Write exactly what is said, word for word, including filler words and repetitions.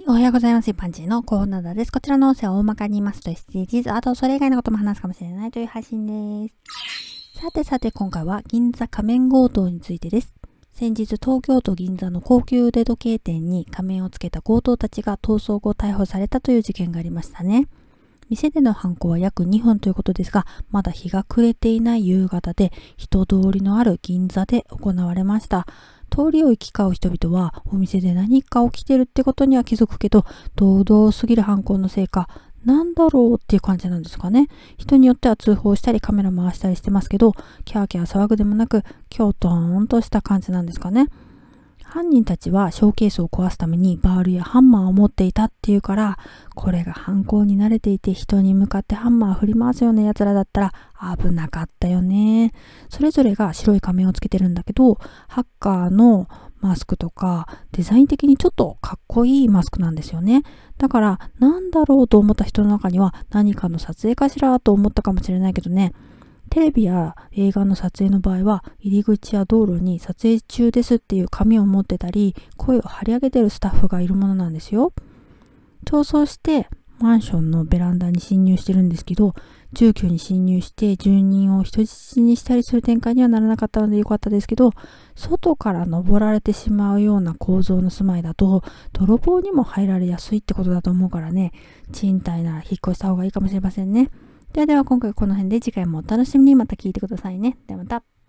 い、おはようございます。パンチのコーナーです。こちらの音声は大まかに言いますと エスディージーズ、あとそれ以外のことも話すかもしれないという配信です。さてさて今回は銀座仮面強盗についてです。先日東京都銀座の高級腕時計店に仮面をつけた強盗たちが逃走後逮捕されたという事件がありましたね。店での犯行は約にふんということですが、まだ日が暮れていない夕方で人通りのある銀座で行われました。通りを行き交う人々はお店で何か起きてるってことには気づくけど、堂々すぎる犯行のせいか、なんだろうっていう感じなんですかね。人によっては通報したりカメラ回したりしてますけど、キャーキャー騒ぐでもなく、きょとーんとした感じなんですかね。犯人たちはショーケースを壊すためにバールやハンマーを持っていたっていうから、これが犯行に慣れていて人に向かってハンマー振り回すような奴らだったら危なかったよね。それぞれが白い仮面をつけてるんだけど、ハッカーのマスクとかデザイン的にちょっとかっこいいマスクなんですよね。だからなんだろうと思った人の中には何かの撮影かしらと思ったかもしれないけどね。テレビや映画の撮影の場合は入り口や道路に撮影中ですっていう紙を持ってたり声を張り上げてるスタッフがいるものなんですよ。逃走してマンションのベランダに侵入してるんですけど、住居に侵入して住人を人質にしたりする展開にはならなかったのでよかったですけど、外から登られてしまうような構造の住まいだと泥棒にも入られやすいってことだと思うからね、賃貸なら引っ越した方がいいかもしれませんね。ではでは今回はこの辺で、次回もお楽しみに。また聞いてくださいね。ではまた。